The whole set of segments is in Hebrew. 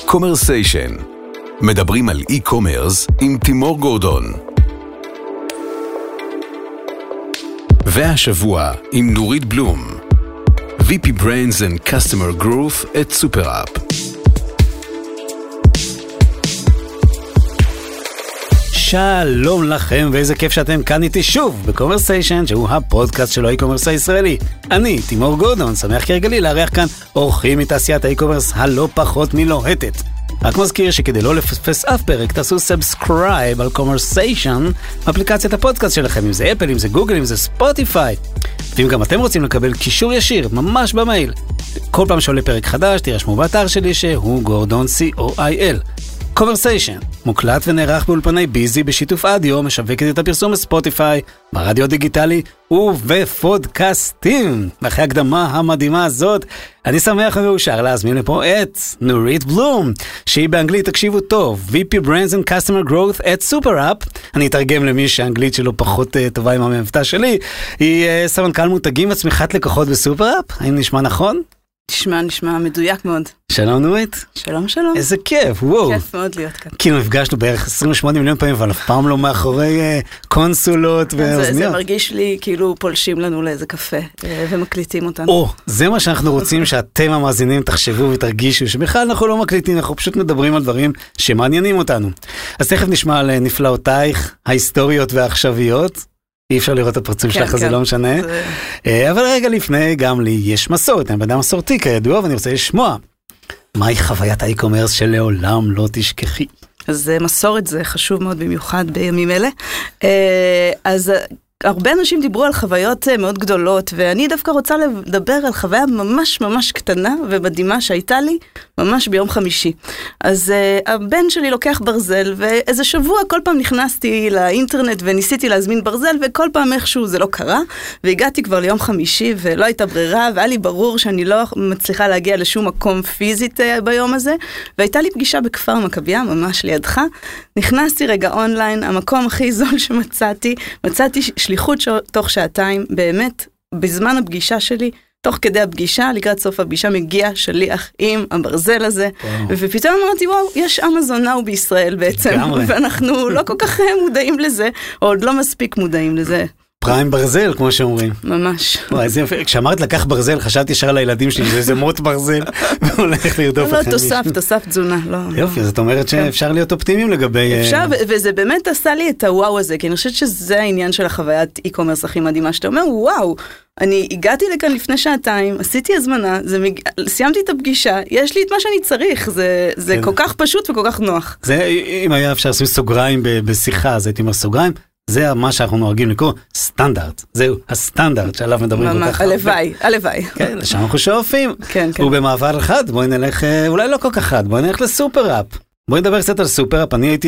קומרסיישן. מדברים על אי-קומרס עם תימור גורדון. והשבוע עם נורית בלום, VP Brands and Customer Growth at SuperUp. שלום לכם, ואיזה כיף שאתם כאן איתי שוב בקומרסיישן, שהוא הפודקאסט של האי-קומרס הישראלי. אני תימור גורדון, שמח כרגלי לארח כאן אורחים מתעשיית האי-קומרס הלא פחות מלוהטת. רק מזכיר שכדי לא לפספס אף פרק, תעשו סאבסקרייב על קומרסיישן, אפליקציית הפודקאסט שלכם, אם זה אפל, אם זה גוגל, אם זה ספוטיפיי. ואם גם אתם רוצים לקבל קישור ישיר, ממש במייל, כל פעם שעולה פרק חדש, תירשמו באתר שלי שהוא גורדון COIL. קומרסיישן, מוקלט ונערך באולפני ביזי בשיתוף אדיו, משווקת את הפרסום בספוטיפיי, ברדיו דיגיטלי ובפודקאסטים. ואחרי הקדמה המדהימה הזאת, אני שמח ומאושר להזמין לפה את נורית בלום, שהיא באנגלית, תקשיבו טוב, VP Brands and Customer Growth at SuperUp. אני אתרגם למי שהאנגלית שלו פחות טובה עם המבטא שלי. היא סמנכ"ל מותגים וצמיחת לקוחות בסופראפ. האם נשמע נכון? נשמע מדויק מאוד. שלום נורית. שלום, שלום. איזה כיף, וואו. כיף מאוד להיות כאן. כאילו נפגשנו בערך 28 מיליון פעמים, אבל אף פעם לא מאחורי קונסולות ואוזניות. זה מרגיש לי כאילו פולשים לנו לאיזה קפה ומקליטים אותנו. זה מה שאנחנו רוצים שאתם המאזינים תחשבו ותרגישו, שבכלל אנחנו לא מקליטים, אנחנו פשוט מדברים על דברים שמעניינים אותנו. אז תכף נשמע על נפלאותייך, ההיסטוריות והעכשוויות. אי אפשר לראות את הפרצוף שלך, אז זה לא משנה. אבל רגע לפני, גם לי יש מסורת, אני בן מסורתי כידוע, ואני רוצה לשמוע מהי חוויית האי-קומרס שלעולם לא תשכחי. אז מסורת זה חשוב מאוד במיוחד בימים אלה. אז הרבה אנשים דיברו על חוויות מאוד גדולות, ואני דווקא רוצה לדבר על חוויה ממש ממש קטנה ומדהימה שהייתה לי ממש ביום חמישי. אז הבן שלי לוקח ברזל, ואיזה שבוע כל פעם נכנסתי לאינטרנט וניסיתי להזמין ברזל, וכל פעם איכשהו זה לא קרה, והגעתי כבר ליום חמישי ולא הייתה ברירה, והיה לי ברור שאני לא מצליחה להגיע לשום מקום פיזית ביום הזה, והייתה לי פגישה בכפר מכביה, ממש לידך. נכנסתי רגע אונליין, המקום הכי זול שמצאתי, שליחות תוך שעתיים, באמת, בזמן הפגישה שלי, תוך כדי הפגישה, לקראת סוף הפגישה, מגיע שליח עם הברזל הזה, ופתאום אמרתי, וואו, יש אמזון נאו בישראל בעצם, ואנחנו לא כל כך מודעים לזה, או עוד לא מספיק מודעים לזה. פריים ברזל, כמו שאומרים. ממש. וואי, זה יפה. כשאמרת לקח ברזל, חשבתי ישר לילדים שלי, זה איזה מוט ברזל, והולך לרדוף לכם. לא, תוסף תזונה, לא. יופי, זאת אומרת שאפשר להיות אופטימיים לגבי... אפשר, וזה באמת עשה לי את הוואו הזה, כי אני חושבת שזה העניין של החוויית אי-קומרס הכי מדהימה, שאתה אומר, וואו, אני הגעתי לכאן לפני שעתיים, עשיתי הזמנה, סיימתי את הפגישה, יש לי את מה שאני צריך, זה כל כך פשוט וכל כך נוח. זה, אם היה אפשר לשים סוגריים בשיחה, אז הייתי אומר סוגריים, זה מה שאנחנו נוהגים לקרוא סטנדרט. זהו, הסטנדרט שעליו מדברים כל כך הרבה. הלוואי. כן, לשם אנחנו שואפים. כן. ובמעבר אחד, בואי נלך, אולי לא כל כך אחד, בואי נלך לסופראפ. בואי נדבר קצת על סופראפ. אני הייתי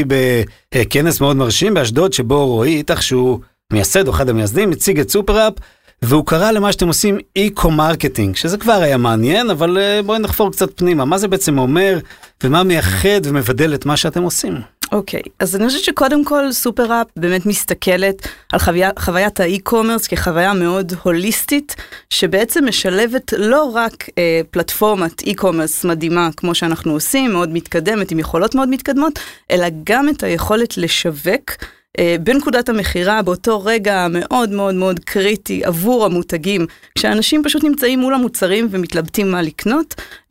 בכנס מאוד מרשים באשדוד, שבו רועי איתך שהוא מייסד, או אחד המייסדים, הציג את סופראפ, והוא קרא למה שאתם עושים אי-קו-מרקטינג, שזה כבר היה מעניין, אבל בואי נחפור קצת פנימה. מה זה בעצם אומר, ומה מייחד ומבדל את מה שאתם עושים? אוקיי, אז אני חושבת שקודם כל סופראפ באמת מסתכלת על חוויית האי-קומרס כחוויה מאוד הוליסטית, שבעצם משלבת לא רק פלטפורמת אי-קומרס מדהימה כמו שאנחנו עושים, מאוד מתקדמת, עם יכולות מאוד מתקדמות, אלא גם את היכולת לשווק בנקודת המחירה, באותו רגע מאוד מאוד מאוד קריטי עבור המותגים, כשאנשים פשוט נמצאים מול המוצרים ומתלבטים מה לקנות,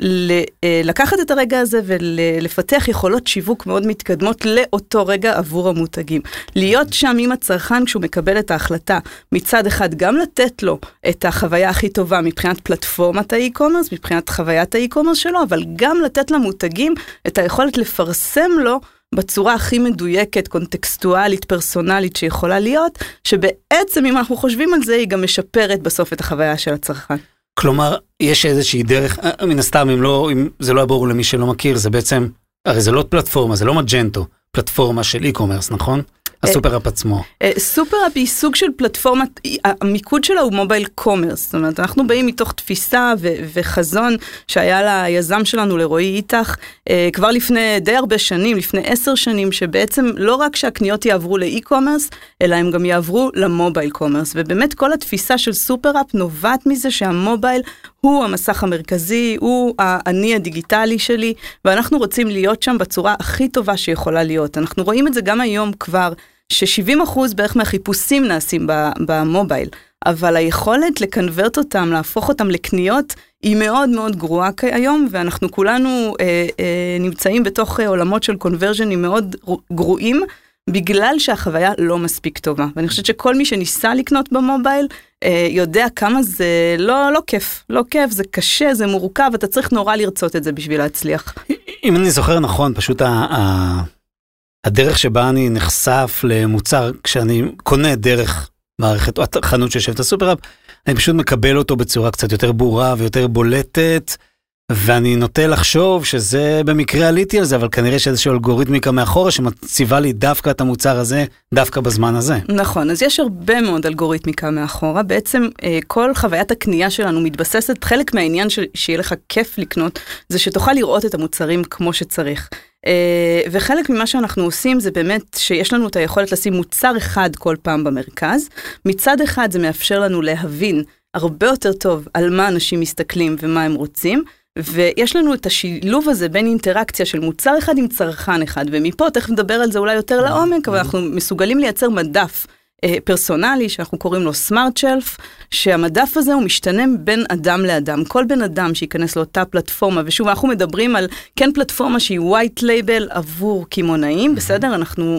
לקחת את הרגע הזה ולפתח יכולות שיווק מאוד מתקדמות לאותו רגע עבור המותגים. להיות שם עם הצרכן כשהוא מקבל את ההחלטה, מצד אחד גם לתת לו את החוויה הכי טובה מבחינת פלטפורמת האי-קומרס, מבחינת חוויית האי-קומרס שלו, אבל גם לתת למותגים את היכולת לפרסם לו בצורה הכי מדויקת, קונטקסטואלית, פרסונלית שיכולה להיות, שבעצם אם אנחנו חושבים על זה, היא גם משפרת בסוף את החוויה של הצרכן. כלומר, יש איזושהי דרך, מן הסתם, אם זה לא יברור למי שלא מכיר, זה בעצם, הרי זה לא פלטפורמה, זה לא מג'נטו, פלטפורמה של אי-קומרס, נכון? הסופראפ עצמו. סופראפ היא סוג של פלטפורמת, המיקוד שלה הוא מובייל קומרס, זאת אומרת, אנחנו באים מתוך תפיסה וחזון שהיה ליזם שלנו, לרועי איתך, כבר לפני די הרבה שנים, לפני 10 שנים, שבעצם לא רק שהקניות יעברו לאי-קומרס, אלא הם גם יעברו למובייל קומרס, ובאמת כל התפיסה של סופראפ נובעת מזה שהמובייל הוא המסך המרכזי, הוא האני הדיגיטלי שלי, ואנחנו רוצים להיות שם בצורה הכי טובה שיכולה להיות. אנחנו רואים את זה גם היום כבר, ש70% בערך מהחיפושים נעשים במובייל, אבל היכולת לקנברט אותם, להפוך אותם לקניות, היא מאוד מאוד גרועה היום, ואנחנו כולנו נמצאים בתוך עולמות של קונברז'נים מאוד גרועים, בגלל שהחוויה לא מספיק טובה. ואני חושבת שכל מי שניסה לקנות במובייל, יודע כמה זה לא כיף. לא כיף, זה קשה, זה מורכב, אתה צריך נורא לרצות את זה בשביל להצליח. אם אני זוכר נכון, פשוט הדרך שבה אני נחשף למוצר, כשאני קונה דרך מערכת, או החנות שיושבת הסופר-אפ, אני פשוט מקבל אותו בצורה קצת יותר ברורה ויותר בולטת, ואני נוטה לחשוב שזה במקרה עליתי על זה, אבל כנראה שאיזושהי אלגוריתמיקה מאחורה שמציבה לי דווקא את המוצר הזה, דווקא בזמן הזה. נכון, אז יש הרבה מאוד אלגוריתמיקה מאחורה. בעצם כל חוויית הקנייה שלנו מתבססת, חלק מהעניין שיהיה לך כיף לקנות, זה שתוכל לראות את המוצרים כמו שצריך. וחלק ממה שאנחנו עושים זה באמת שיש לנו את היכולת לשים מוצר אחד כל פעם במרכז. מצד אחד זה מאפשר לנו להבין הרבה יותר טוב על מה אנשים מסתכלים ומה הם רוצים, ויש לנו את השילוב הזה בין אינטראקציה של מוצר אחד עם צרכן אחד, ומפה תכף נדבר על זה אולי יותר לעומק, אבל אנחנו מסוגלים לייצר מדף פרסונלי, שאנחנו קוראים לו סמארט שלף, שהמדף הזה הוא משתנה בין אדם לאדם. כל בן אדם שייכנס לאותה פלטפורמה, ושוב, אנחנו מדברים על כן פלטפורמה שהיא white label עבור כימונאים, בסדר? אנחנו,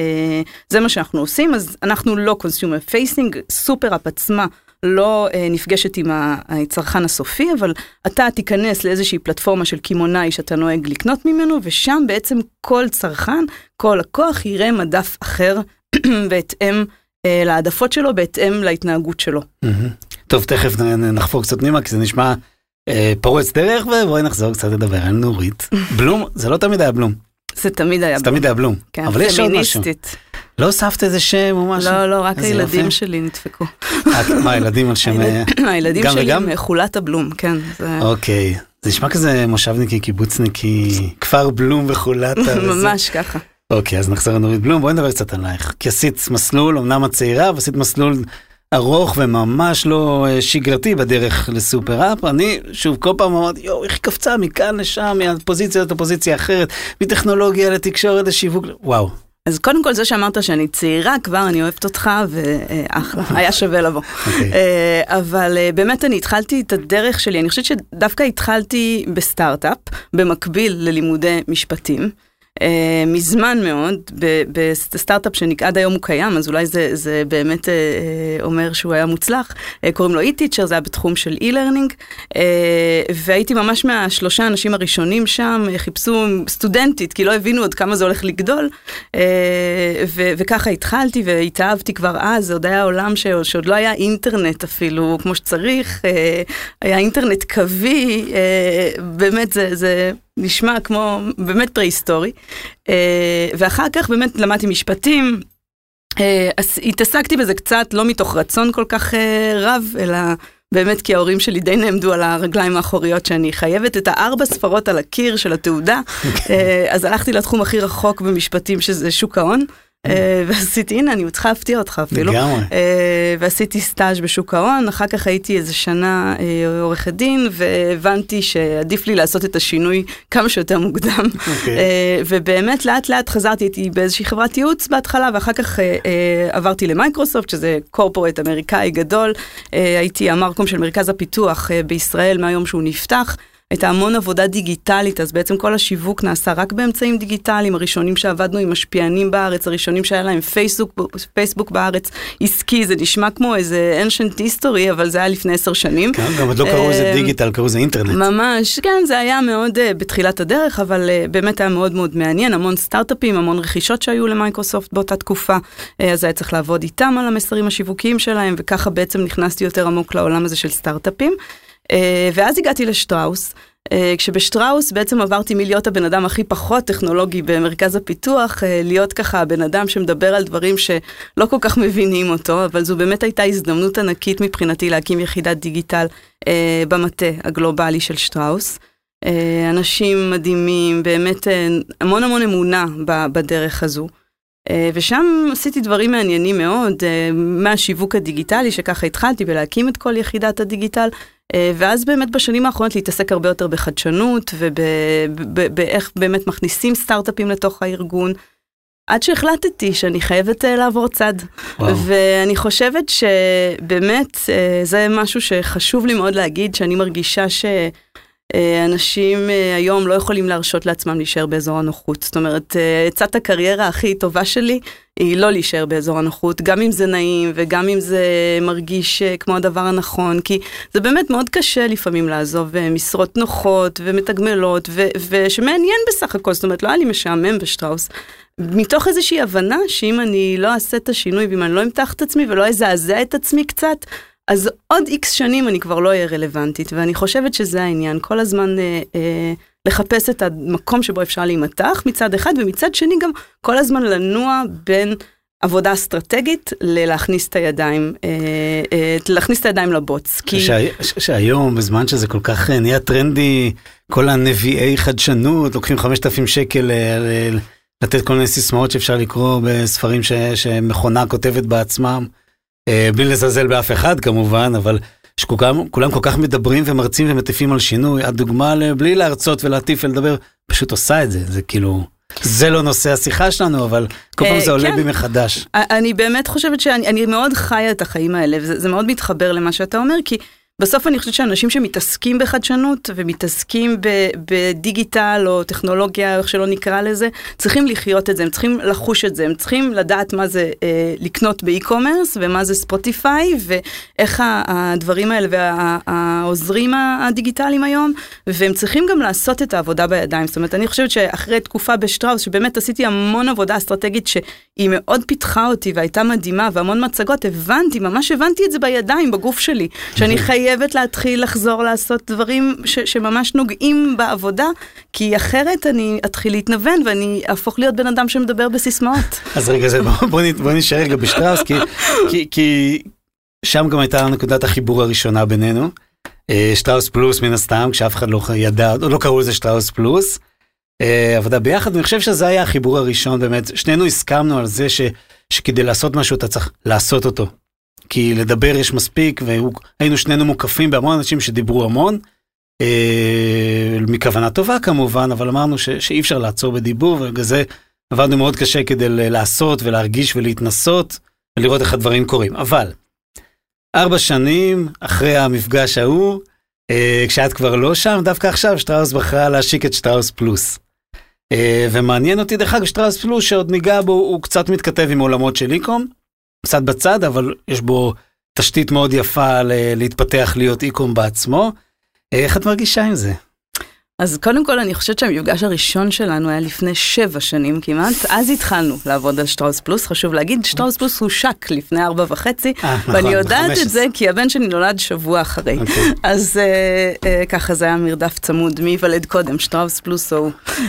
זה מה שאנחנו עושים, אז אנחנו לא consumer facing, סופר-אפ עצמה, לא נפגשת עם הצרכן הסופי, אבל אתה תיכנס לאיזושהי פלטפורמה של כימונאי שאתה נוהג לקנות ממנו, ושם בעצם כל צרכן, כל לקוח יראה מדף אחר בהתאם לעדפות שלו, בהתאם להתנהגות שלו. טוב, תכף נחפור קצת נימה, כי זה נשמע פורץ דרך, ובואי נחזור קצת לדבר על נורית. בלום, זה לא תמיד היה בלום. זה תמיד היה בלום. זה תמיד היה בלום. כן, אבל יש עוד משהו. לא הוספת איזה שם או משהו? לא, רק הילדים שלי נדפקו. מה, הילדים על שם... הילדים שלי הם חולת הבלום, כן. אוקיי. זה נשמע כזה מושבניקי, קיבוצניקי, כפר בלום וחולת. ממש ככה. אוקיי, אז נחזור לנורית בלום. בואי נדבר קצת עלייך. כי עשית מסלול, אמנם הצעירה, ועשית מסלול ארוך וממש לא שגרתי בדרך לסופר-אפ. אני, שוב, כל פעם אמרתי, איך היא קפצה מכאן לשם, מהפוזיציה לפוזיציה אחרת, מטכנולוגיה לתקשורת לשיווק, וואו. אז קודם כל זה שאמרת שאני צעירה, כבר אני אוהבת אותך, ואחלה, היה שווה לבוא. אבל באמת אני התחלתי את הדרך שלי, אני חושבת שדווקא התחלתי בסטארט-אפ, במקביל ללימודי משפטים, מזמן מאוד, בסטארט-אפ שעד היום הוא קיים, אז אולי זה באמת אומר שהוא היה מוצלח, קוראים לו e-teacher, זה היה בתחום של e-learning, והייתי ממש מהשלושה אנשים הראשונים שם, חיפשו סטודנטית, כי לא הבינו עוד כמה זה הולך לגדול, וככה התחלתי והתאהבתי כבר אז, זה עוד היה עולם שעוד לא היה אינטרנט אפילו, כמו שצריך, היה אינטרנט קווי, באמת זה נשמע כמו באמת פרה-היסטורי, ואחר כך באמת למדתי משפטים, התעסקתי בזה קצת, לא מתוך רצון כל כך רב, אלא באמת כי ההורים שלי די נעמדו על הרגליים האחוריות שאני חייבת את 4 ספרות על הקיר של התעודה, אז הלכתי לתחום הכי רחוק במשפטים שזה שוק ההון, ועשיתי, הנה, אני צריכה להפתיע אותך אפילו. ועשיתי סטאז' בשוק ההון, אחר כך הייתי איזה שנה עורכת דין, והבנתי שעדיף לי לעשות את השינוי כמה שיותר מוקדם. ובאמת לאט לאט חזרתי, הייתי באיזושהי חברת ייעוץ בהתחלה, ואחר כך עברתי למייקרוסופט, שזה קורפורט אמריקאי גדול, הייתי המרקום של מרכז הפיתוח בישראל מהיום שהוא נפתח, הייתה המון עבודה דיגיטלית, אז בעצם כל השיווק נעשה רק באמצעים דיגיטליים, הראשונים שעבדנו עם משפיענים בארץ, הראשונים שהיה להם פייסבוק בארץ, עסקי, זה נשמע כמו איזה ancient history, אבל זה היה לפני 10 שנים. כן, גם עוד לא קראו איזה דיגיטל, קראו איזה אינטרנט. ממש, כן, זה היה מאוד בתחילת הדרך, אבל באמת היה מאוד מאוד מעניין, המון סטארט-אפים, המון רכישות שהיו למייקרוסופט באותה תקופה, אז היה צריך לעבוד איתם על המסרים השיווקיים שלהם, וככה בעצם נכנסתי יותר עמוק לעולם הזה של סטארט-אפים. ואז הגעתי לשטראוס, כשבשטראוס בעצם עברתי מלהיות הבן אדם הכי פחות טכנולוגי במרכז הפיתוח, להיות ככה הבן אדם שמדבר על דברים שלא כל כך מבינים אותו, אבל זו באמת הייתה הזדמנות ענקית מבחינתי להקים יחידת דיגיטל במטה הגלובלי של שטראוס. אנשים מדהימים, באמת המון המון אמונה בדרך הזו. ושם עשיתי דברים מעניינים מאוד, מהשיווק הדיגיטלי, שככה התחלתי בלהקים את כל יחידת הדיגיטל, ואז באמת בשנים האחרונות להתעסק הרבה יותר בחדשנות, ובאיך באמת מכניסים סטארט-אפים לתוך הארגון, עד שהחלטתי שאני חייבת לעבור צד. ואני חושבת שבאמת זה משהו שחשוב לי מאוד להגיד, שאני מרגישה שאנשים היום לא יכולים להרשות לעצמם להישאר באזור הנוחות. זאת אומרת, עצת הקריירה הכי טובה שלי היא לא להישאר באזור הנוחות, גם אם זה נעים וגם אם זה מרגיש כמו הדבר הנכון, כי זה באמת מאוד קשה לפעמים לעזוב משרות נוחות ומתגמלות, ושמעניין בסך הכל, זאת אומרת, לא היה לי משעמם בשטראוס, מתוך איזושהי הבנה שאם אני לא אעשה את השינוי, ואם אני לא אמתח את עצמי ולא אזעזע את עצמי קצת, אז עוד איקס שנים אני כבר לא אהיה רלוונטית, ואני חושבת שזה העניין, כל הזמן לחפש את המקום שבו אפשר להימתח מצד אחד, ומצד שני גם כל הזמן לנוע בין עבודה אסטרטגית להכניס את הידיים לבוץ. שהיום, בזמן שזה כל כך נהיה טרנדי, כל הנביאי חדשנות, לוקחים 5,000 שקל לתת כל מיני סיסמאות שאפשר לקרוא בספרים שמכונה כותבת בעצמם, בלי לזלזל באף אחד כמובן, אבל שכולם כל כך מדברים ומרצים ומטיפים על שינוי, הדוגמה בלי להרצות ולהטיף ולדבר, פשוט עושה את זה, זה כאילו, זה לא נושא השיחה שלנו, אבל כל פעם זה עולה בי מחדש. אני באמת חושבת שאני מאוד חיה את החיים האלה, וזה מאוד מתחבר למה שאתה אומר, כי בסוף אני חושבת שאנשים שמתעסקים בחדשנות ומתעסקים בדיגיטל או טכנולוגיה, איך שלא נקרא לזה, צריכים לחיות את זה, הם צריכים לחוש את זה, הם צריכים לדעת מה זה לקנות באי-קומרס ומה זה ספוטיפיי ואיך הדברים האלה והעוזרים הדיגיטליים היום, והם צריכים גם לעשות את העבודה בידיים. זאת אומרת, אני חושבת שאחרי תקופה בשטראוס, שבאמת עשיתי המון עבודה אסטרטגית שהיא מאוד פיתחה אותי והייתה מדהימה והמון מצגות, ממש הבנתי את זה בידיים, בגוף שלי, שאני חייבת להתחיל לחזור לעשות דברים שממש נוגעים בעבודה, כי אחרת אני אתחיל להתנוון, ואני אהפוך להיות בן אדם שמדבר בסיסמאות. אז רגע, בוא נשאר רגע בשטראוס, כי שם גם הייתה נקודת החיבור הראשונה בינינו, שטראוס פלוס מן הסתם, כשאף אחד לא ידע, לא קראו לזה שטראוס פלוס, עבודה ביחד, ואני חושב שזה היה החיבור הראשון, באמת, שנינו הסכמנו על זה שכדי לעשות משהו אתה צריך לעשות אותו. כי לדבר יש מספיק, והיינו שנינו מוקפים בהמון אנשים שדיברו המון, מכוונה טובה כמובן, אבל אמרנו שאי אפשר לעצור בדיבור, ובגלל זה עבדנו מאוד קשה כדי לעשות ולהרגיש ולהתנסות, ולראות איך הדברים קורים. אבל 4 שנים אחרי המפגש ההוא, כשאת כבר לא שם, דווקא עכשיו שטראוס בחרה להשיק את שטראוס פלוס. ומעניין אותי דרך אגב שטראוס פלוס, שעוד ניגע בו, הוא קצת מתכתב עם עולמות של איקום, קצת בצד, אבל יש בו תשתית מאוד יפה להתפתח להיות איקום בעצמו. איך את מרגישה עם זה? אז קודם כל אני חושבת שהמפגש הראשון שלנו היה לפני 7 שנים כמעט, אז התחלנו לעבוד על שטראוס פלוס, חשוב להגיד, שטראוס פלוס הוא שק לפני 4.5, ואני יודעת את זה כי הבן שלי נולד שבוע אחרי, אז ככה זה היה מרדף צמוד, מי ילד קודם, שטראוס פלוס או,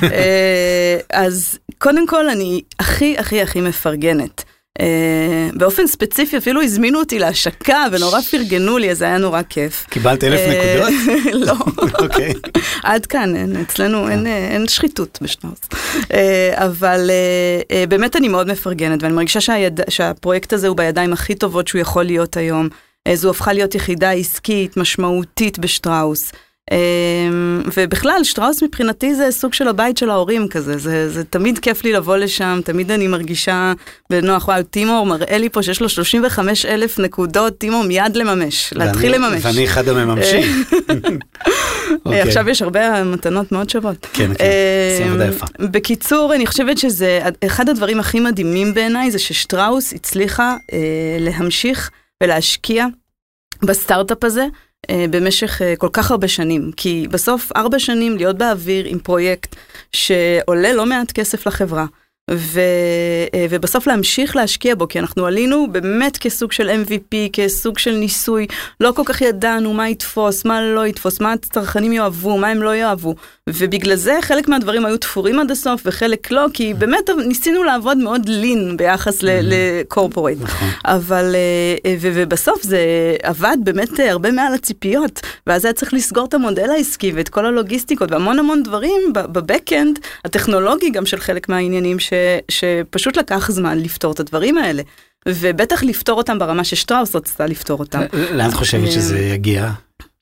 אז קודם כל אני הכי מפרגנת, באופן ספציפי אפילו הזמינו אותי להשקה ונורא פרגנו לי, אז היה נורא כיף. קיבלת 1,000 נקודות? לא. עד כאן, אצלנו אין שחיתות בשטראוס. אבל באמת אני מאוד מפרגנת, ואני מרגישה שהפרויקט הזה הוא בידיים הכי טובות שהוא יכול להיות היום. זו הפכה להיות יחידה עסקית, משמעותית בשטראוס. ובכלל, שטראוס מבחינתי זה סוג של הבית של ההורים כזה, זה תמיד כיף לי לבוא לשם, תמיד אני מרגישה בנוח, וואו, טימור מראה לי פה שיש לו 35,000 נקודות, טימור מיד לממש, להתחיל לממש. ואני אחד המממשים. עכשיו יש הרבה מתנות מאוד שוות. כן, עושים עבודה יפה. בקיצור, אני חושבת שזה, אחד הדברים הכי מדהימים בעיניי, זה ששטראוס הצליחה להמשיך ולהשקיע בסטארט-אפ הזה, במשך כל כך הרבה שנים, כי בסוף 4 שנים להיות באוויר עם פרויקט שעולה לא מעט כסף לחברה, ובסוף להמשיך להשקיע בו, כי אנחנו עלינו באמת כסוג של MVP, כסוג של ניסוי, לא כל כך ידענו מה יתפוס, מה לא יתפוס, מה הצרכנים יאהבו, מה הם לא יאהבו, ובגלל זה חלק מהדברים היו תפורים עד הסוף, וחלק לא, כי באמת ניסינו לעבוד מאוד לין ביחס לקורפורייט, אבל, ובסוף זה עבד באמת הרבה מעל הציפיות, ואז היה צריך לסגור את המודל העסקי, ואת כל הלוגיסטיקות, והמון דברים בבקאנד, הטכנולוגי גם של חלק מהעניינים, שפשוט לקח זמן לפתור את הדברים האלה, ובטח לפתור אותם ברמה ששטראוס רצתה לפתור אותם. לאן את חושבת שזה יגיע?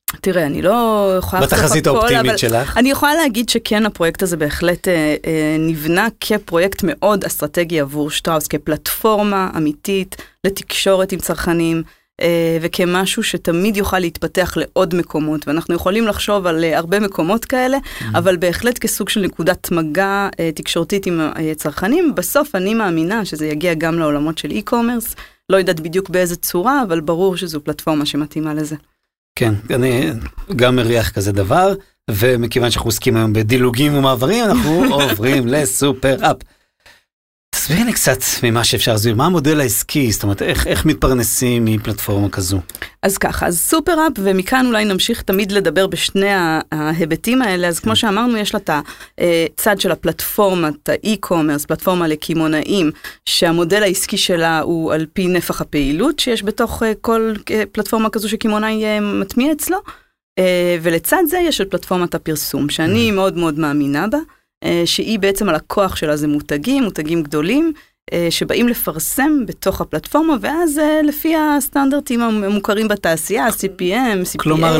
תראה, אני לא יכולה לחשוף הכל, בתחזית האופטימית שלך. אני יכולה להגיד שכן, הפרויקט הזה בהחלט נבנה כפרויקט מאוד אסטרטגי עבור שטראוס, כפלטפורמה אמיתית לתקשורת עם צרכנים, וכמשהו שתמיד יוכל להתפתח לעוד מקומות, ואנחנו יכולים לחשוב על הרבה מקומות כאלה, אבל בהחלט כסוג של נקודת מגע תקשורתית עם צרכנים. בסוף אני מאמינה שזה יגיע גם לעולמות של e-commerce, לא יודעת בדיוק באיזה צורה, אבל ברור שזו פלטפורמה שמתאימה לזה. כן, אני גם מריח כזה דבר, ומכיוון שאנחנו עוסקים היום בדילוגים ומעברים, אנחנו עוברים לסופר-אפ. תסביר לי קצת ממה שאפשר להסביר, מה המודל העסקי, זאת אומרת, איך מתפרנסים מפלטפורמה כזו? אז ככה, אז סופר-אפ, ומכאן אולי נמשיך תמיד לדבר בשני ההיבטים האלה, אז כמו שאמרנו, יש לה את הצד של הפלטפורמה, את האי-קומרס, פלטפורמה לכימונאים, שהמודל העסקי שלה הוא על פי נפח הפעילות, שיש בתוך כל פלטפורמה כזו שכימונאי מטמיע אצלו, ולצד זה יש את פלטפורמת הפרסום, שאני מאוד מאוד מאמינה בה, שהיא בעצם הלקוח שלה זה מותגים גדולים, שבאים לפרסם בתוך הפלטפורמה, ואז לפי הסטנדרטים המוכרים בתעשייה, CPM, CPA. כלומר,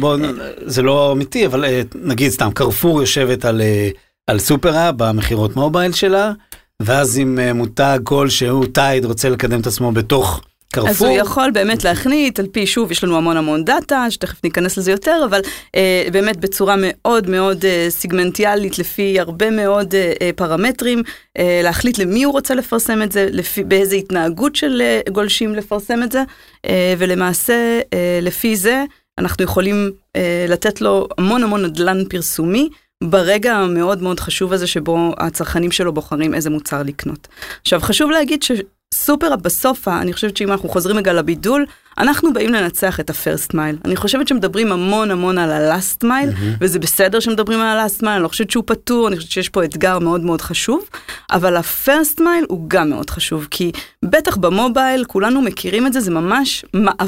זה לא אמיתי, אבל נגיד סתם, קרפור יושבת על סופר-אפ, במחירות מובייל שלה, ואז אם מותג כלשהו, טייד רוצה לקדם את עצמו בתוך קרפור. אז הוא יכול באמת להחליט, על פי שוב, יש לנו המון דאטה, שתכף ניכנס לזה יותר, אבל באמת בצורה מאוד מאוד סיגמנטיאלית, לפי הרבה מאוד פרמטרים, להחליט למי הוא רוצה לפרסם את זה, באיזה התנהגות של גולשים לפרסם את זה, ולמעשה לפי זה אנחנו יכולים לתת לו המון נדל"ן פרסומי, ברגע המאוד מאוד חשוב הזה שבו הצרכנים שלו בוחרים איזה מוצר לקנות. עכשיו חשוב להגיד סופר-אפ בסוף, אני חושבת שאם אנחנו חוזרים רגע לבידול, אנחנו באים לנצח את ה-first mile. אני חושבת שמדברים המון על ה-last mile, וזה בסדר שמדברים על ה-last mile, אני לא חושבת שהוא פתור, אני חושבת שיש פה אתגר מאוד מאוד חשוב, אבל ה-first mile הוא גם מאוד חשוב, כי בטח במובייל, כולנו מכירים את זה, זה ממש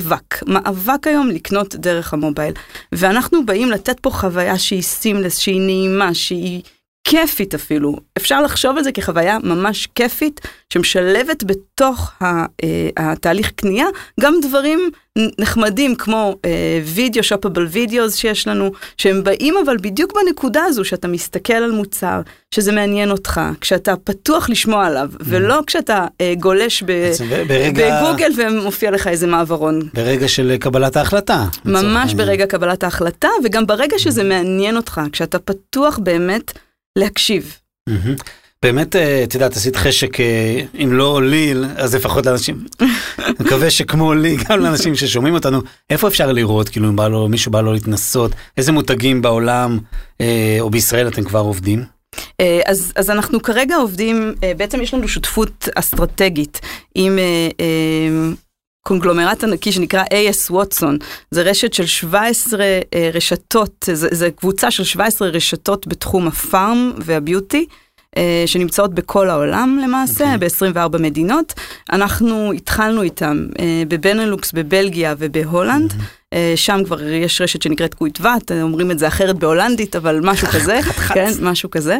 מאבק היום לקנות דרך המובייל. ואנחנו באים לתת פה חוויה שהיא סימלס, שהיא נעימה, שהיא כיפית אפילו. אפשר לחשוב על זה כחוויה ממש כיפית, שמשלבת בתוך התהליך קנייה, גם דברים נחמדים כמו וידאו, שופבל וידאוס שיש לנו, שהם באים אבל בדיוק בנקודה הזו, שאתה מסתכל על מוצר, שזה מעניין אותך, כשאתה פתוח לשמוע עליו, ולא כשאתה גולש בגוגל ומופיע לך איזה מעברון. ברגע של קבלת ההחלטה. ממש ברגע קבלת ההחלטה, וגם ברגע שזה מעניין אותך, כשאתה פתוח באמת להקשיב. באמת, את יודעת, עשית חשק, אם לא לי, אז לפחות לאנשים, מקווה שכמו לי, גם לאנשים ששומעים אותנו, איפה אפשר לראות, כאילו, אם מישהו בא לו להתנסות, איזה מותגים בעולם, או בישראל אתם כבר עובדים? אז אנחנו כרגע עובדים, בעצם יש לנו שותפות אסטרטגית, עם קונגלומרט ענקי שנקרא AS ווטסון, זה רשת של 17 רשתות, זה קבוצה של 17 רשתות בתחום הפארם והביוטי, שנמצאות בכל העולם למעשה, ב-24 מדינות. אנחנו התחלנו איתם בבנלוקס, בבלגיה ובהולנד, שם כבר יש רשת שנקראת קויטוואט, אומרים את זה אחרת בהולנדית, אבל משהו כזה, כן, משהו כזה.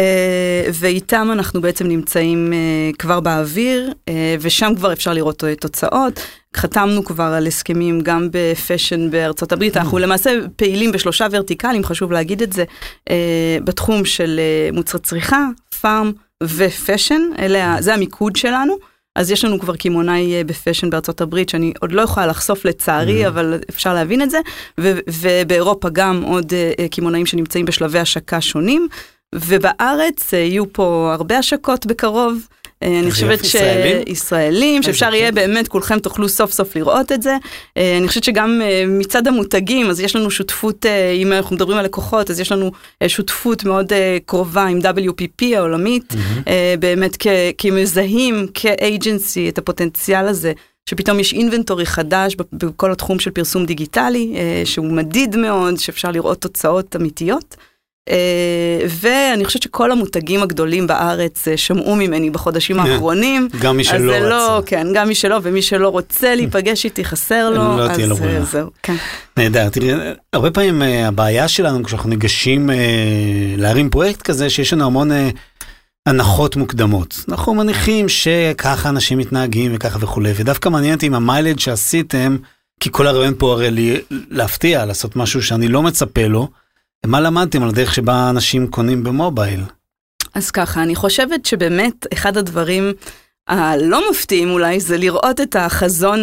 ואיתם אנחנו בעצם נמצאים כבר באוויר, ושם כבר אפשר לראות תוצאות. חתמנו כבר על הסכמים גם בפשן בארצות הברית, אנחנו למעשה פעילים בשלושה ורטיקלים, חשוב להגיד את זה, בתחום של מוצרי צריכה, פארם ופשן, זה המיקוד שלנו. אז יש לנו כבר כימונאי בפשן בארצות הברית, שאני עוד לא יכולה לחשוף לצערי, אבל אפשר להבין את זה, ובאירופה גם עוד כימונאים שנמצאים בשלבי השקה שונים, ובארץ יהיו פה הרבה השקות בקרוב, אני חושבת שישראלים, שאפשר יהיה באמת, כולכם תוכלו סוף סוף לראות את זה. אני חושבת שגם מצד המותגים, אז יש לנו שותפות, אם אנחנו מדברים על לקוחות, אז יש לנו שותפות מאוד קרובה עם WPP העולמית, באמת כמזהים, כאג'נסי, את הפוטנציאל הזה, שפתאום יש אינבנטורי חדש בכל התחום של פרסום דיגיטלי, שהוא מדיד מאוד, שאפשר לראות תוצאות אמיתיות. ואני חושבת שכל המותגים הגדולים בארץ שמעו ממני בחודשים האחרונים. גם מי שלא רצה. כן, גם מי שלא, ומי שלא רוצה להיפגש איתי חסר לו, אז זהו. נהדר, תראי, הרבה פעמים הבעיה שלנו כשאנחנו ניגשים להרים פרויקט כזה, שיש לנו המון הנחות מוקדמות. אנחנו מניחים שככה אנשים מתנהגים וככה וכו', ודווקא מעניין אותי עם המיילד שעשיתם, כי כל הרעיון פה הרי להפתיע, לעשות משהו שאני לא מצפה לו. מה למדתם על הדרך שבה אנשים קונים במובייל? אז ככה, אני חושבת שבאמת אחד הדברים הלא מפתיעים אולי זה לראות את החזון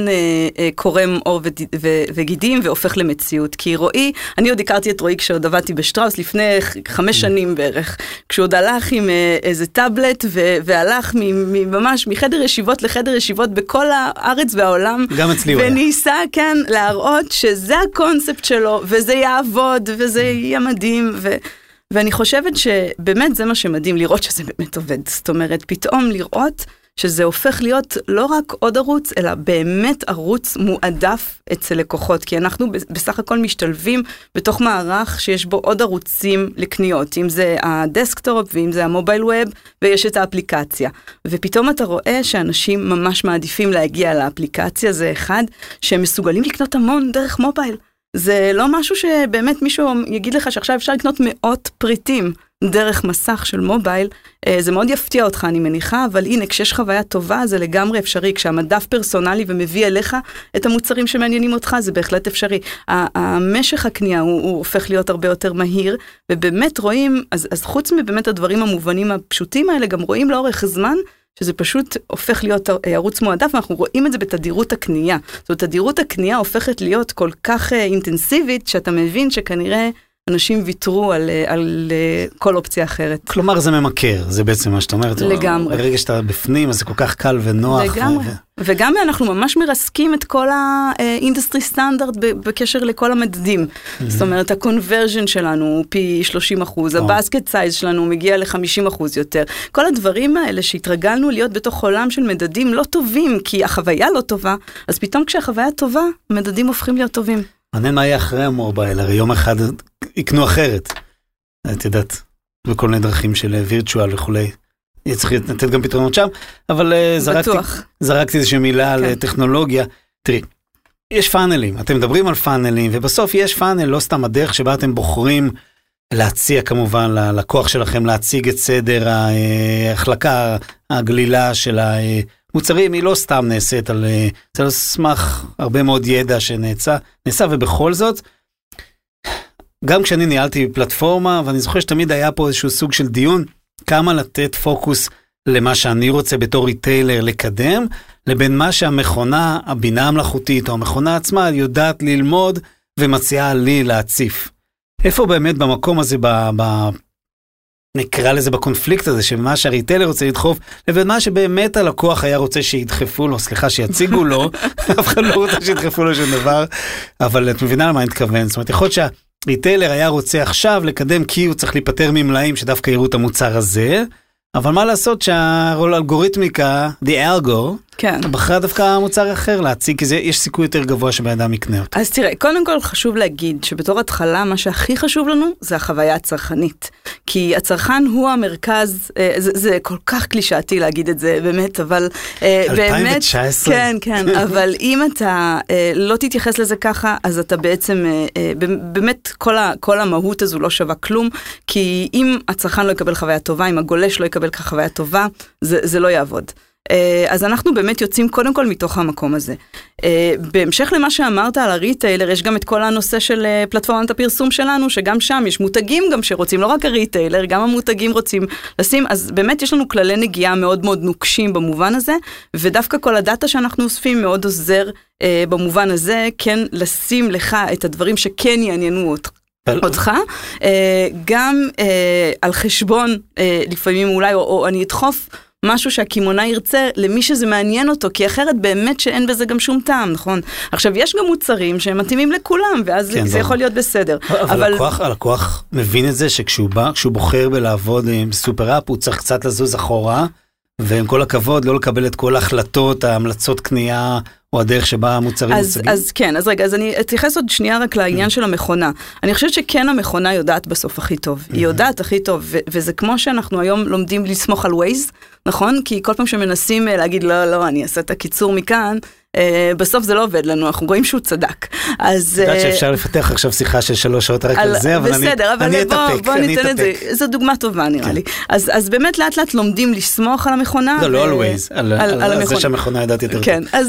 קורם אור וגידים והופך למציאות. כי רועי, אני עוד הכרתי את רועי כשעוד עבדתי בשטראוס לפני 5 שנים בערך, כשעוד הלך עם איזה טאבלט והלך ממש מחדר ישיבות לחדר ישיבות בכל הארץ והעולם. גם אצלי הוא היה. וניסה כן להראות שזה הקונספט שלו וזה יעבוד וזה יהיה מדהים ואני חושבת שבאמת זה מה שמדהים לראות שזה באמת עובד. זאת אומרת, פתאום לראות שזה הופך להיות לא רק עוד ערוץ, אלא באמת ערוץ מועדף אצל לקוחות, כי אנחנו בסך הכל משתלבים בתוך מערך שיש בו עוד ערוצים לקניות, אם זה הדסקטופ ואם זה המובייל ווב, ויש את האפליקציה. ופתאום אתה רואה שאנשים ממש מעדיפים להגיע לאפליקציה, זה אחד, שהם מסוגלים לקנות המון דרך מובייל. זה לא משהו שבאמת מישהו יגיד לך שעכשיו אפשר לקנות 100 פריטים דרך מסך של מובייל, זה מאוד יפתיע אותך אני מניחה, אבל הנה כשיש חוויה טובה זה לגמרי אפשרי, כשהמדף פרסונלי ומביא אליך את המוצרים שמעניינים אותך זה בהחלט אפשרי. המשך הקנייה הוא הופך להיות הרבה יותר מהיר, ובאמת רואים, אז חוץ מבאמת הדברים המובנים הפשוטים האלה, גם רואים לאורך זמן, שזה פשוט הופך להיות ערוץ מועדף, ואנחנו רואים את זה בתדירות הקנייה. זאת אומרת, תדירות הקנייה הופכת להיות כל כך אינטנסיבית, שאתה מבין שכנראה אנשים ויתרו על כל אופציה אחרת. כלומר, זה ממכר, זה בעצם מה שאתה אומרת. לגמרי. ברגע שאתה בפנים, אז זה כל כך קל ונוח. לגמרי. וגם אנחנו ממש מרסקים את כל האינדסטרי סטנדרט בקשר לכל המדדים. זאת אומרת, הקונברז'ן שלנו הוא פי 30%, הבאסקט סייז שלנו מגיע ל-50% יותר. כל הדברים האלה שהתרגלנו להיות בתוך עולם של מדדים לא טובים, כי החוויה לא טובה, אז פתאום כשהחוויה טובה, המדדים הופכים להיות טובים. מעניין מה יהיה אחרי המובייל, הרי יום אחד יקנו אחרת. את יודעת, בכל מיני דרכים של וירטואל וכולי. צריך לתת גם פתרונות שם, אבל זרקתי איזושהי מילה על טכנולוגיה. תראי, יש פאנלים, אתם מדברים על פאנלים, ובסוף יש פאנל, לא סתם הדרך שבה אתם בוחרים להציע כמובן ללקוח שלכם, להציג את סדר ההחלקה, הגלילה של המוצרים, היא לא סתם נעשית על סמך הרבה מאוד ידע שנעשה, ובכל זאת, גם כשאני ניהלתי פלטפורמה, ואני זוכר שתמיד היה פה איזשהו סוג של דיון, כמה לתת פוקוס למה שאני רוצה בתור ריטיילר לקדם, לבין מה שהמכונה, הבינה המלאכותית או המכונה עצמה יודעת ללמוד ומציעה לי להציף. איפה באמת במקום הזה, נקרא לזה בקונפליקט הזה, שמה שהריטיילר רוצה לדחוף, לבין מה שבאמת הלקוח היה רוצה שידחפו לו, סליחה, שיציגו לו, אף אחד לא רוצה שידחפו לו שום דבר, אבל את מבינה למה אני מתכוון, זאת אומרת, יכול להיות ריטיילר היה רוצה עכשיו לקדם כי הוא צריך להיפטר ממלאים שדווקא יראו את המוצר הזה, אבל מה לעשות שהאלגוריתמיקה, the algo, כן. בחרה דווקא מוצר אחר להציג, כי יש סיכוי יותר גבוה שבן אדם יקנה אותו. אז תראה, קודם כל חשוב להגיד שבתור התחלה מה שהכי חשוב לנו זה החוויה הצרכנית. כי הצרכן הוא המרכז, זה כל כך קלישאתי להגיד את זה באמת, אבל 2019. באמת, כן, אבל אם אתה לא תתייחס לזה ככה, אז אתה בעצם, באמת כל המהות הזו לא שווה כלום, כי אם הצרכן לא יקבל חוויה טובה, אם הגולש לא יקבל חוויה טובה, זה לא יעבוד. אז אנחנו באמת יוצאים קודם כל מתוך המקום הזה. בהמשך למה שאמרת על הריטיילר, יש גם את כל הנושא של פלטפורמת הפרסום שלנו, שגם שם יש מותגים גם שרוצים, לא רק הריטיילר, גם המותגים רוצים לשים, אז באמת יש לנו כללי נגיעה מאוד מאוד נוקשים במובן הזה, ודווקא כל הדאטה שאנחנו אוספים מאוד עוזר במובן הזה, כן לשים לך את הדברים שכן יעניינו אותך, גם על חשבון לפעמים אולי, או אני אדחוף משהו שהכימונה ירצה למי שזה מעניין אותו, כי אחרת באמת שאין בזה גם שום טעם, נכון? עכשיו, יש גם מוצרים שהם מתאימים לכולם, ואז כן, זה יכול להיות בסדר. אבל הלקוח מבין את זה שכשהוא בוחר בלעבוד עם סופר-אפ, הוא צריך קצת לזוז אחורה, ועם כל הכבוד לא לקבל את כל ההחלטות, ההמלצות קנייה, או הדרך שבה המוצרים מוצגים. אז כן, אז רגע, אז אני אתייחס עוד שנייה רק לעניין של המכונה. אני חושבת שכן המכונה יודעת בסוף הכי טוב. היא יודעת הכי טוב, וזה כמו שאנחנו היום לומדים לסמוך על ווייז, נכון? כי כל פעם שמנסים להגיד, לא, אני אעשה את הקיצור מכאן, בסוף זה לא עובד לנו, אנחנו רואים שהוא צדק. אז יודעת שאפשר לפתח עכשיו שיחה של 3 שעות רק על זה, אבל אני אתאפק. בוא ניתן את זה, זו דוגמה טובה נראה לי. אז באמת לאט לאט לומדים לסמוך על המכונה. לא על ווייז, על זה שהמכונה יודעת יותר טוב. כן, אז אני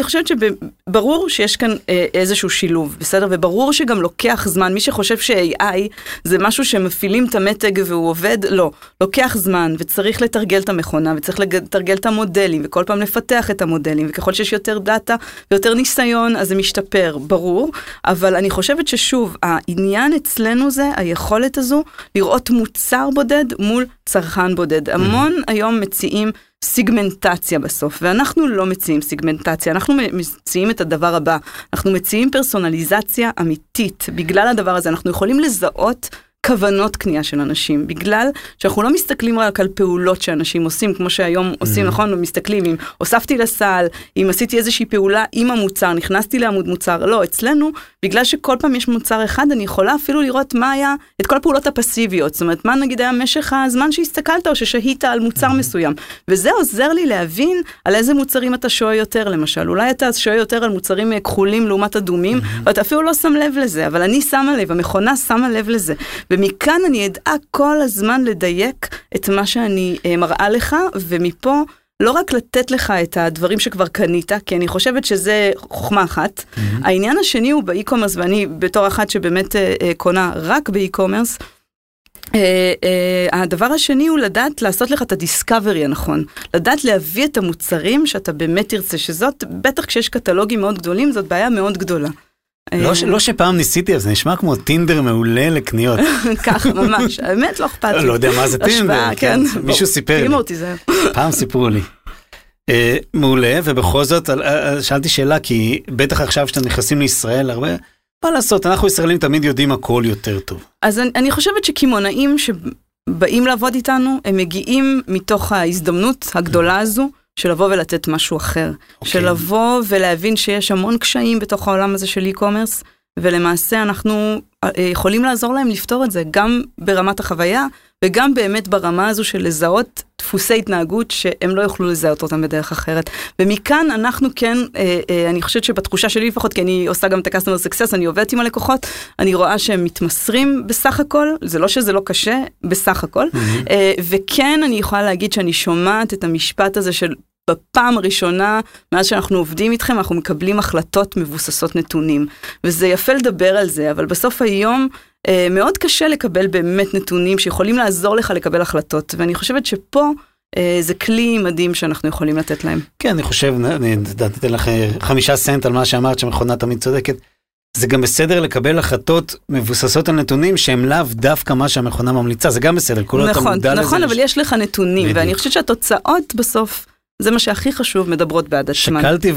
אני חושבת שברור שיש כאן איזשהו שילוב, בסדר? וברור שגם לוקח זמן, מי שחושב ש-AI זה משהו שמפעילים את המתג והוא עובד, לא. לוקח זמן, וצריך לתרגל את המכונה, וצריך לתרגל את המודלים, וכל פעם לפתח את המודלים, וככל שיש יותר דאטה ויותר ניסיון, אז זה משתפר, ברור. אבל אני חושבת ששוב, העניין אצלנו זה, היכולת הזו, לראות מוצר בודד מול צרכן בודד. המון היום מציעים סיגמנטציה בסוף, ואנחנו לא מציעים סיגמנטציה, אנחנו מציעים את הדבר הבא, אנחנו מציעים פרסונליזציה אמיתית, בגלל הדבר הזה אנחנו יכולים לזהות כוונות קנייה של אנשים, בגלל שאנחנו לא מסתכלים רק על פעולות שאנשים עושים, כמו שהיום עושים, נכון? מסתכלים אם הוספתי לסל, אם עשיתי איזושהי פעולה עם המוצר, נכנסתי לעמוד מוצר, לא, אצלנו, בגלל שכל פעם יש מוצר אחד, אני יכולה אפילו לראות מה היה, את כל הפעולות הפסיביות, זאת אומרת, מה נגיד היה משך הזמן שהסתכלת או ששהית על מוצר מסוים, וזה עוזר לי להבין על איזה מוצרים אתה שואה יותר, למשל, אולי אתה שואה יותר על מוצרים כחולים לעומת אדומים, ואתה אפילו לא שם לב לזה, אבל אני שמה לב, המכונה שמה לב לזה. ומכאן אני אדע כל הזמן לדייק את מה שאני מראה לך, ומפה לא רק לתת לך את הדברים שכבר קנית, כי אני חושבת שזה חוכמה אחת. העניין השני הוא באי-קומרס, ואני בתור אחת שבאמת קונה רק באי-קומרס, הדבר השני הוא לדעת לעשות לך את הדיסקאברי הנכון, לדעת להביא את המוצרים שאתה באמת תרצה, שזאת, בטח כשיש קטלוגים מאוד גדולים, זאת בעיה מאוד גדולה. לא שפעם ניסיתי, אז זה נשמע כמו טינדר מעולה לקניות. כך, ממש. האמת לא אכפת לי. לא יודע מה זה טינדר, מישהו סיפר לי. פעם סיפרו לי. מעולה, ובכל זאת, שאלתי שאלה, כי בטח עכשיו שאתם נכנסים לישראל, הרבה, מה לעשות, אנחנו ישראלים תמיד יודעים הכל יותר טוב. אז אני חושבת שכימונאים שבאים לעבוד איתנו, הם מגיעים מתוך ההזדמנות הגדולה הזו, של לבוא ולתת משהו אחר, של לבוא ולהבין שיש המון קשיים בתוך העולם הזה של e-commerce, ולמעשה אנחנו יכולים לעזור להם לפתור את זה, גם ברמת החוויה, וגם באמת ברמה הזו של לזהות דפוסי התנהגות שהם לא יוכלו לזהות אותם בדרך אחרת. ומכאן אנחנו כן, אני חושבת שבתחושה שלי לפחות, כי אני עושה גם את ה-Customer Success, אני עובדת עם הלקוחות, אני רואה שהם מתמסרים בסך הכל, זה לא שזה לא קשה, בסך הכל, וכן אני יכולה להגיד שאני שומעת את המשפט הזה של בפעם הראשונה, מאז שאנחנו עובדים איתכם, אנחנו מקבלים החלטות מבוססות נתונים. וזה יפה לדבר על זה, אבל בסוף היום מאוד קשה לקבל באמת נתונים שיכולים לעזור לך לקבל החלטות. ואני חושבת שפה זה כלי מדהים שאנחנו יכולים לתת להם. כן, אני חושב, אני נתתי לך 5 סנט על מה שאמרת, שהמכונה תמיד צודקת. זה גם בסדר לקבל החלטות מבוססות על נתונים שהם לאו דווקא מה שהמכונה ממליצה. זה גם בסדר, כל אתה מודע לזה. נכון, אבל יש לך נתונים, ואני חושבת שהתוצאות בסוף זה מה שהכי חשוב, מדברות בעד עצמן. שקלתי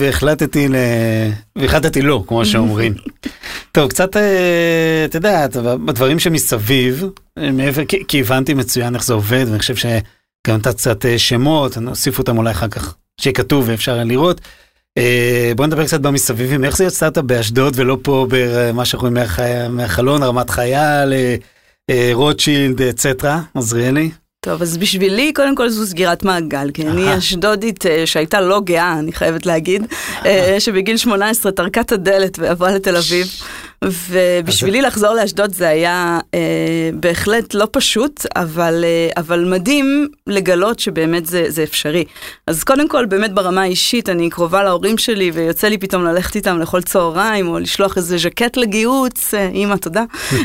והחלטתי לא, כמו שאומרים. טוב, קצת, אתה יודע, בדברים שמסביב, כי הבנתי מצוין איך זה עובד, ואני חושב שגם אתה קצת שמות, נוסיף אותם אולי אחר כך, שכתוב ואפשר לראות. בוא נדבר קצת במסביבים, איך זה יצאת באשדוד ולא פה במה שאנחנו רואים מהחלון, רמת חייל, רוטשילד, אצטרה, עזריאלי? טוב, אז בשבילי, קודם כל זו סגירת מעגל, כי אני אשדודית שהייתה לא גאה, אני חייבת להגיד, שבגיל 18 תרקה את הדלת ועברה לתל אביב, ובשבילי לחזור לאשדוד זה היה בהחלט לא פשוט, אבל מדהים לגלות שבאמת זה אפשרי. אז קודם כל, באמת ברמה האישית, אני קרובה להורים שלי, ויוצא לי פתאום ללכת איתם לאכול צהריים, או לשלוח איזה ז'קט לגיוץ, אמא, תודה.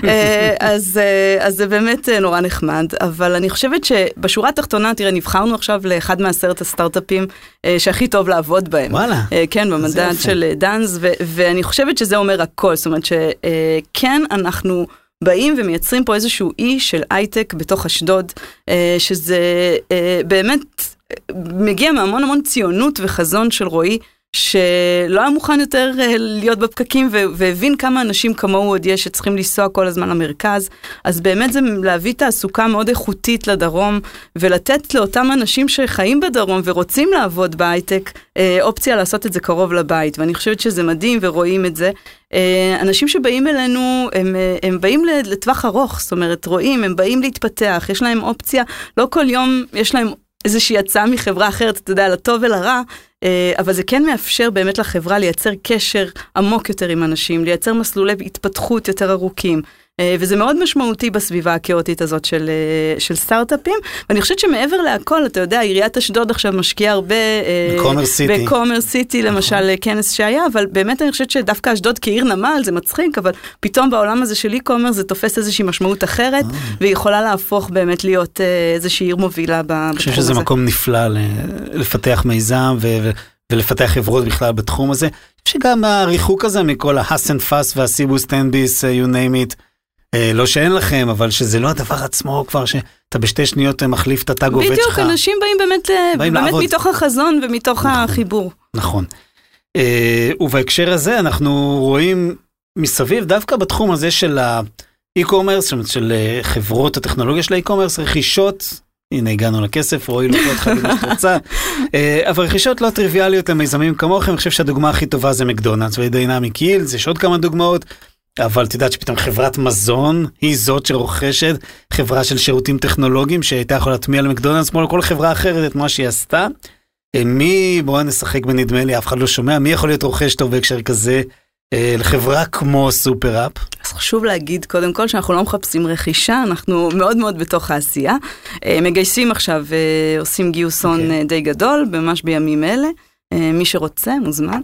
אז זה באמת נורא נחמד, אבל אני חושבת שבשורה התחתונה, תראה, נבחרנו עכשיו לאחד מ10 הסטארט-אפים שהכי טוב לעבוד בהם. וואלה. כן, במדד של דאנס, ואני חושבת שזה אומר הכל, זאת אומרת שכן אנחנו באים ומייצרים פה איזשהו אי של הייטק בתוך אשדוד, שזה באמת מגיע מהמון המון ציונות וחזון של רועי, שלא היה מוכן יותר להיות בפקקים, והבין כמה אנשים כמוהו עוד יש שצריכים לנסוע כל הזמן למרכז, אז באמת זה להביא תעסוקה מאוד איכותית לדרום, ולתת לאותם אנשים שחיים בדרום ורוצים לעבוד בהייטק, אופציה לעשות את זה קרוב לבית, ואני חושבת שזה מדהים ורואים את זה. אנשים שבאים אלינו, הם באים לטווח ארוך, זאת אומרת, רואים, הם באים להתפתח, יש להם אופציה, לא כל יום יש להם איזושהי הצעה מחברה אחרת, אתה יודע, לטוב ולרע, אבל זה כן מאפשר באמת לחברה לייצר קשר עמוק יותר עם אנשים, לייצר מסלולי התפתחות יותר ארוכים, וזה מאוד משמעותי בסביבה הכאוטית הזאת של סטארט-אפים, ואני חושבת שמעבר להכל, אתה יודע, עיריית אשדוד עכשיו משקיעה הרבה בקומרס סיטי, למשל כנס שהיה, אבל באמת אני חושבת שדווקא אשדוד כעיר נמל, זה מצחיק, אבל פתאום בעולם הזה של אי-קומרס זה תופס איזושהי משמעות אחרת, והיא יכולה להפוך באמת להיות איזושהי עיר מובילה בתחום הזה. אני חושב שזה מקום נפלא לפתח מיזם ולפתח חברות בכלל בתחום הזה. שגם הריחוק הזה מכל ההסן פאס והסיבוס טנביס, you name it, לא שאין לכם, אבל שזה לא הדבר עצמו כבר, שאתה בשתי שניות מחליף את התג עובד שלך. בדיוק, אנשים באים באמת מתוך החזון ומתוך החיבור. נכון. ובהקשר הזה אנחנו רואים מסביב, דווקא בתחום הזה של האי-קומרס, של חברות הטכנולוגיה של האי-קומרס, רכישות, הנה הגענו לכסף, רואי לוקות חבילה שתרצה, אבל רכישות לא טריוויאליות למיזמים כמוכם, אני חושב שהדוגמה הכי טובה זה מקדונלדס ודיינמיק יילד, יש עוד כמה דוגמאות, אבל תדעת שפתאום חברת מזון היא זאת שרוכשת, חברה של שירותים טכנולוגיים שהייתה יכולה להטמיע למקדונלדס, כמו לכל חברה אחרת את מה שהיא עשתה. בואו נשחק בנדמה לי, אף אחד לא שומע, מי יכול להיות רוכש טוב בהקשר כזה לחברה כמו סופר-אפ? אז חשוב להגיד קודם כל שאנחנו לא מחפשים רכישה, אנחנו מאוד מאוד בתוך העשייה. מגייסים עכשיו, עושים גיוסון די גדול, ממש בימים אלה. מי שרוצה, מוזמן.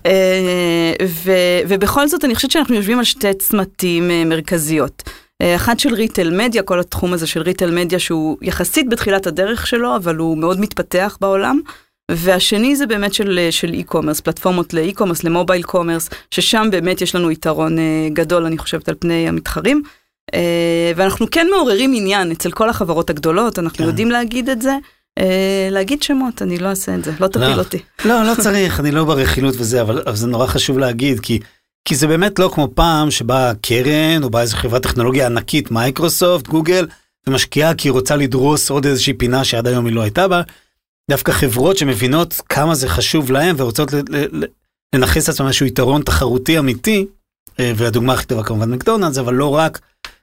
ובכל זאת אני חושבת שאנחנו יושבים על שתי צמתים מרכזיות. אחד של ריטל מדיה, כל התחום הזה של ריטל מדיה שהוא יחסית בתחילת הדרך שלו, אבל הוא מאוד מתפתח בעולם. והשני זה באמת של אי-קומרס, פלטפורמות לאי-קומרס, למובייל קומרס, ששם באמת יש לנו יתרון גדול, אני חושבת, על פני המתחרים. ואנחנו כן מעוררים עניין אצל כל החברות הגדולות, אנחנו יודעים להגיד את זה, להגיד שמות, אני לא אעשה את זה, לא תפיל אותי. לא צריך, אני לא ברכילות וזה, אבל זה נורא חשוב להגיד, כי זה באמת לא כמו פעם שבה קרן, או באה איזו חברת טכנולוגיה ענקית, מייקרוסופט, גוגל, ומשקיעה כי היא רוצה לדרוס עוד איזושהי פינה שעד היום היא לא הייתה בה, דווקא חברות שמבינות כמה זה חשוב להם, ורוצות לנחס לעצמם איזשהו יתרון תחרותי אמיתי, והדוגמה הכי טובה כמובן מקדונלדס, אבל לא רק,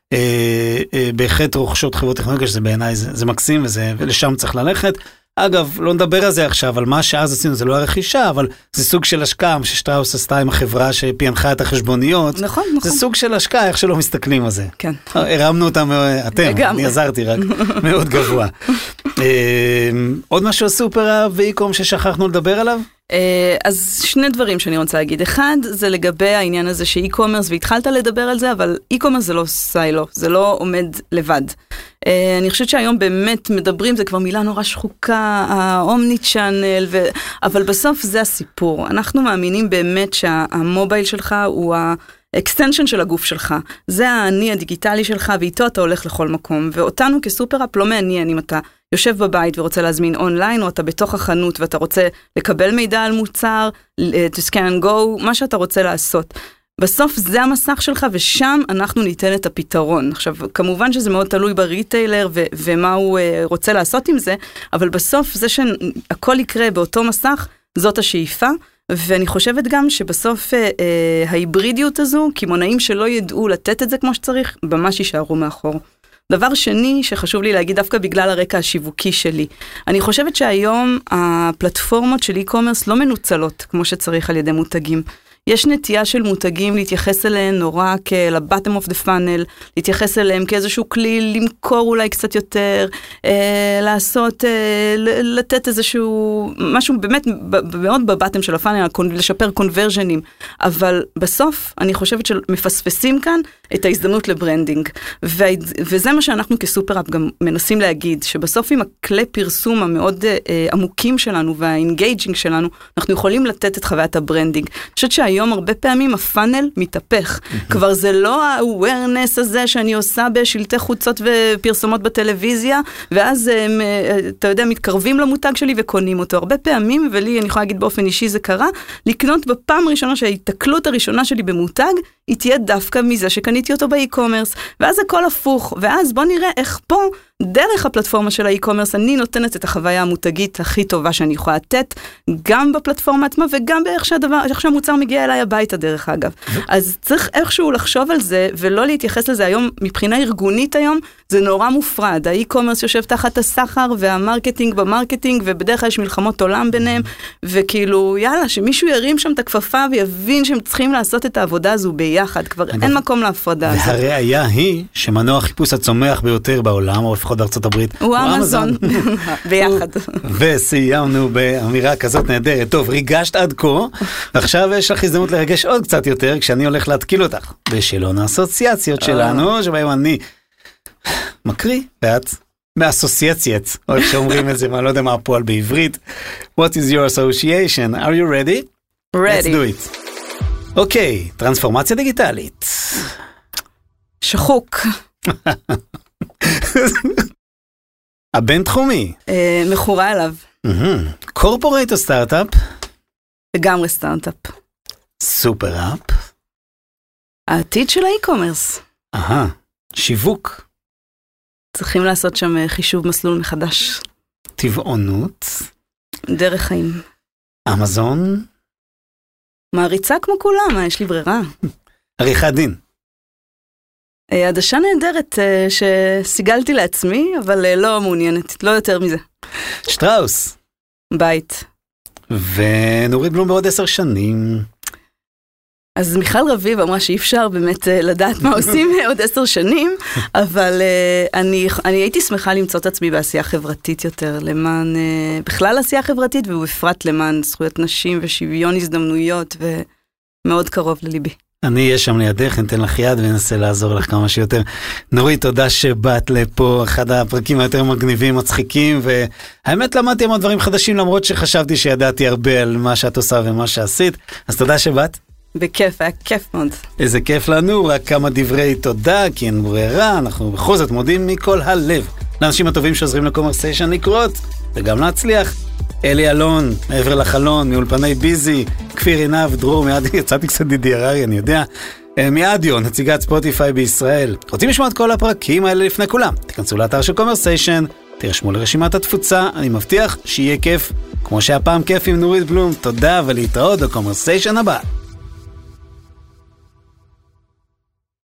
בהחלט רוכשות חברות טכנולוגיה, שזה בעיניי זה מקסים, ולשם צריך ללכת. אגב, לא נדבר על זה עכשיו, על מה שאז עשינו, זה לא הרכישה, אבל זה סוג של השקעה, ששטראוס עשתה עם החברה שפענחה את החשבוניות. נכון. זה סוג של השקעה, איך שלא מסתכלים על זה. כן. הרמנו אותם, אתם, אני עזרתי רק, מאוד גבוה. עוד משהו סופר ואי-קום ששכחנו לדבר עליו? אז שני דברים שאני רוצה להגיד. אחד, זה לגבי העניין הזה שאי-קומרס, והתחלת לדבר על זה, אבל אי-קומרס זה לא סיילו, זה לא עומד לבד. אני חושבת שהיום באמת מדברים, זה כבר מילה נורא שחוקה, האומני צ'אנל, אבל בסוף זה הסיפור. אנחנו מאמינים באמת שהמובייל שלך הוא האקסטנשן של הגוף שלך. זה האני הדיגיטלי שלך, ואיתו אתה הולך לכל מקום. ואותנו כסופר-אפ לא מעניין אם אתה יושב בבית ורוצה להזמין אונליין, או אתה בתוך החנות ואתה רוצה לקבל מידע על מוצר, to scan and go, מה שאתה רוצה לעשות. בסוף זה המסך שלך, ושם אנחנו ניתן את הפתרון. עכשיו, כמובן שזה מאוד תלוי בריטיילר, ומה הוא רוצה לעשות עם זה, אבל בסוף זה שהכל יקרה באותו מסך, זאת השאיפה, ואני חושבת גם שבסוף ההיברידיות הזו, כימונאים שלא ידעו לתת את זה כמו שצריך, ממש יישארו מאחור. דבר שני שחשוב לי להגיד דווקא בגלל הרקע השיווקי שלי. אני חושבת שהיום הפלטפורמות של אי-קומרס לא מנוצלות כמו שצריך על ידי מותגים. יש נטייה של מותגים להתייחס אליהם נורא כ-bottom of the funnel, להתייחס אליהם כאיזשהו כלי, למכור אולי קצת יותר, לעשות, לתת איזשהו, משהו באמת מאוד בבטם של הפאנל, לשפר קונברז'נים, אבל בסוף אני חושבת שמפספסים כאן את ההזדמנות לברנדינג, וזה מה שאנחנו כסופר-אפ גם מנסים להגיד, שבסוף עם הכלי פרסום המאוד עמוקים שלנו והאינגייג'ינג שלנו, אנחנו יכולים לתת את חוויית הברנדינג. אני חושבת היום הרבה פעמים הפאנל מתהפך. כבר זה לא ה-awareness הזה שאני עושה בשלטי חוצות ופרסומות בטלוויזיה, ואז אתה יודע, מתקרבים למותג שלי וקונים אותו. הרבה פעמים, ולי אני יכולה להגיד באופן אישי זה קרה, לקנות בפעם הראשונה שההתקלות הראשונה שלי במותג, היא תהיה דווקא מזה שקניתי אותו באי-קומרס, ואז הכל הפוך, ואז בוא נראה איך פה, דרך הפלטפורמה של האי-קומרס, אני נותנת את החוויה המותגית הכי טובה שאני יכולה לתת, גם בפלטפורמה עצמה, וגם באיך שהמוצר מגיע אליי הביתה דרך אגב. אז צריך איכשהו לחשוב על זה, ולא להתייחס לזה היום, מבחינה ארגונית היום, זה נורא מופרד, האי-קומרס יושב תחת הסחר והמרקטינג במרקטינג, ובדרך כלל יש מלחמות עולם ביניהם, וכאילו יאללה, שמישהו ירים שם את הכפפה ויבין שהם צריכים לעשות את העבודה הזו ביחד, כבר אין מקום להפרדה הזאת. והראיה היא שמנוע החיפוש הצומח ביותר בעולם, או לפחות בארצות הברית, הוא אמזון, ביחד. וסיימנו באמירה כזאת נהדרת. טוב, ריגשת עד כה, עכשיו יש לך הזדמנות לרגש עוד קצת יותר, כשאני הולך להתקיל אותך, בשאלון האסוציאציות שלנו, שבהם אני מקריא, ואת מאסוסייציות, או איך שאומרים את זה, אני לא יודע מה הפועל בעברית. What is your association? Are you ready? Ready. Let's do it. אוקיי, טרנספורמציה דיגיטלית. שחוק. הבינתחומי. מכורה אליו. קורפורייט או סטארט-אפ? לגמרי סטארט-אפ. סופר-אפ. העתיד של האי-קומרס. שיווק. צריכים לעשות שם חישוב מסלול מחדש. טבעונות. דרך חיים. אמזון. מעריצה כמו כולם, יש לי ברירה. עריכת דין. עדשה נהדרת שסיגלתי לעצמי, אבל לא מעוניינת, לא יותר מזה. שטראוס. בית. ונורית בלום בעוד 10 שנים. אז מיכל רביב אמרה שאי אפשר באמת לדעת מה עושים עוד 10 שנים, אבל אני הייתי שמחה למצוא את עצמי בעשייה חברתית יותר, למען, בכלל עשייה חברתית, ובפרט למען זכויות נשים ושוויון הזדמנויות, ומאוד קרוב לליבי. אני אהיה שם לידך, נתן לך יד וננסה לעזור לך כמה שיותר. נורית, תודה שבאת לפה, אחד הפרקים היותר מגניבים, מצחיקים, והאמת למדתי המון דברים חדשים, למרות שחשבתי שידעתי הרבה על מה שאת עושה ומה שעשית, אז תודה שבאת. בכיף, היה כיף מאוד. איזה כיף לנו, רק כמה דברי תודה, כי אין ברירה, אנחנו בכל זאת מודים מכל הלב לאנשים הטובים שעוזרים לקומרסיישן לקרות, וגם להצליח. אלי אלון, מעבר לחלון, מאולפני ביזי, כפיר עינב, דרור, יצאתי קצת דידי הררי, אני יודע, מאדיו, נציגת ספוטיפיי בישראל. רוצים לשמוע את כל הפרקים האלה לפני כולם? תיכנסו לאתר של קומרסיישן, תרשמו לרשימת התפוצה, אני מבטיח שיהיה כיף, כמו שהפעם כיף עם נורית בלום. תודה ולהתראות בקומרסיישן הבא.